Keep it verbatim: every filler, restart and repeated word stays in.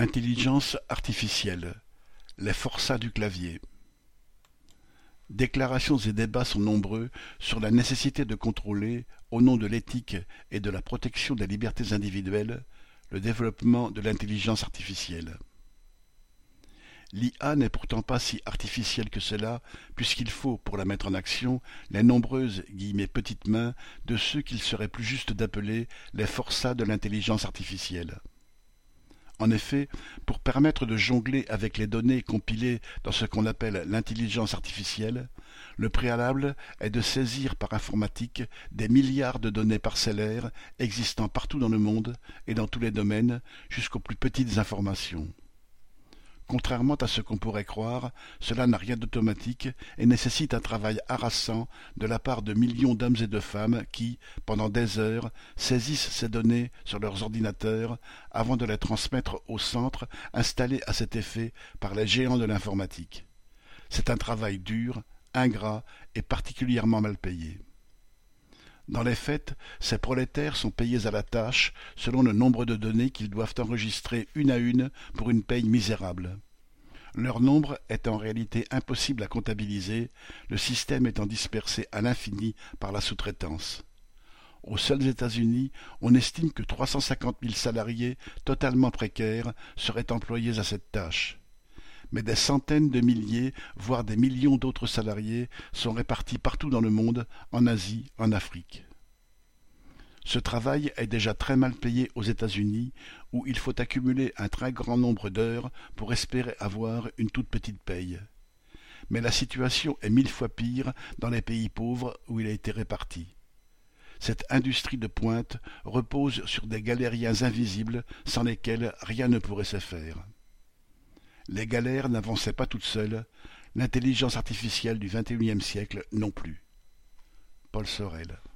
Intelligence artificielle, les forçats du clavier. Déclarations et débats sont nombreux sur la nécessité de contrôler, au nom de l'éthique et de la protection des libertés individuelles, le développement de l'intelligence artificielle. L'I A n'est pourtant pas si artificielle que cela, puisqu'il faut, pour la mettre en action, les nombreuses guillemets, petites mains de ceux qu'il serait plus juste d'appeler les forçats de l'intelligence artificielle. En effet, pour permettre de jongler avec les données compilées dans ce qu'on appelle l'intelligence artificielle, le préalable est de saisir par informatique des milliards de données parcellaires existant partout dans le monde et dans tous les domaines, jusqu'aux plus petites informations. Contrairement à ce qu'on pourrait croire, cela n'a rien d'automatique et nécessite un travail harassant de la part de millions d'hommes et de femmes qui, pendant des heures, saisissent ces données sur leurs ordinateurs avant de les transmettre au centre installé à cet effet par les géants de l'informatique. C'est un travail dur, ingrat et particulièrement mal payé. Dans les faits, ces prolétaires sont payés à la tâche selon le nombre de données qu'ils doivent enregistrer une à une pour une paye misérable. Leur nombre est en réalité impossible à comptabiliser, le système étant dispersé à l'infini par la sous-traitance. Aux seuls États-Unis, on estime que trois cent cinquante mille salariés totalement précaires seraient employés à cette tâche. Mais des centaines de milliers, voire des millions d'autres salariés sont répartis partout dans le monde, en Asie, en Afrique. Ce travail est déjà très mal payé aux États-Unis, où il faut accumuler un très grand nombre d'heures pour espérer avoir une toute petite paye. Mais la situation est mille fois pire dans les pays pauvres où il a été réparti. Cette industrie de pointe repose sur des galériens invisibles sans lesquels rien ne pourrait se faire. Les galères n'avançaient pas toutes seules, l'intelligence artificielle du vingt et unième siècle non plus. Paul Sorel.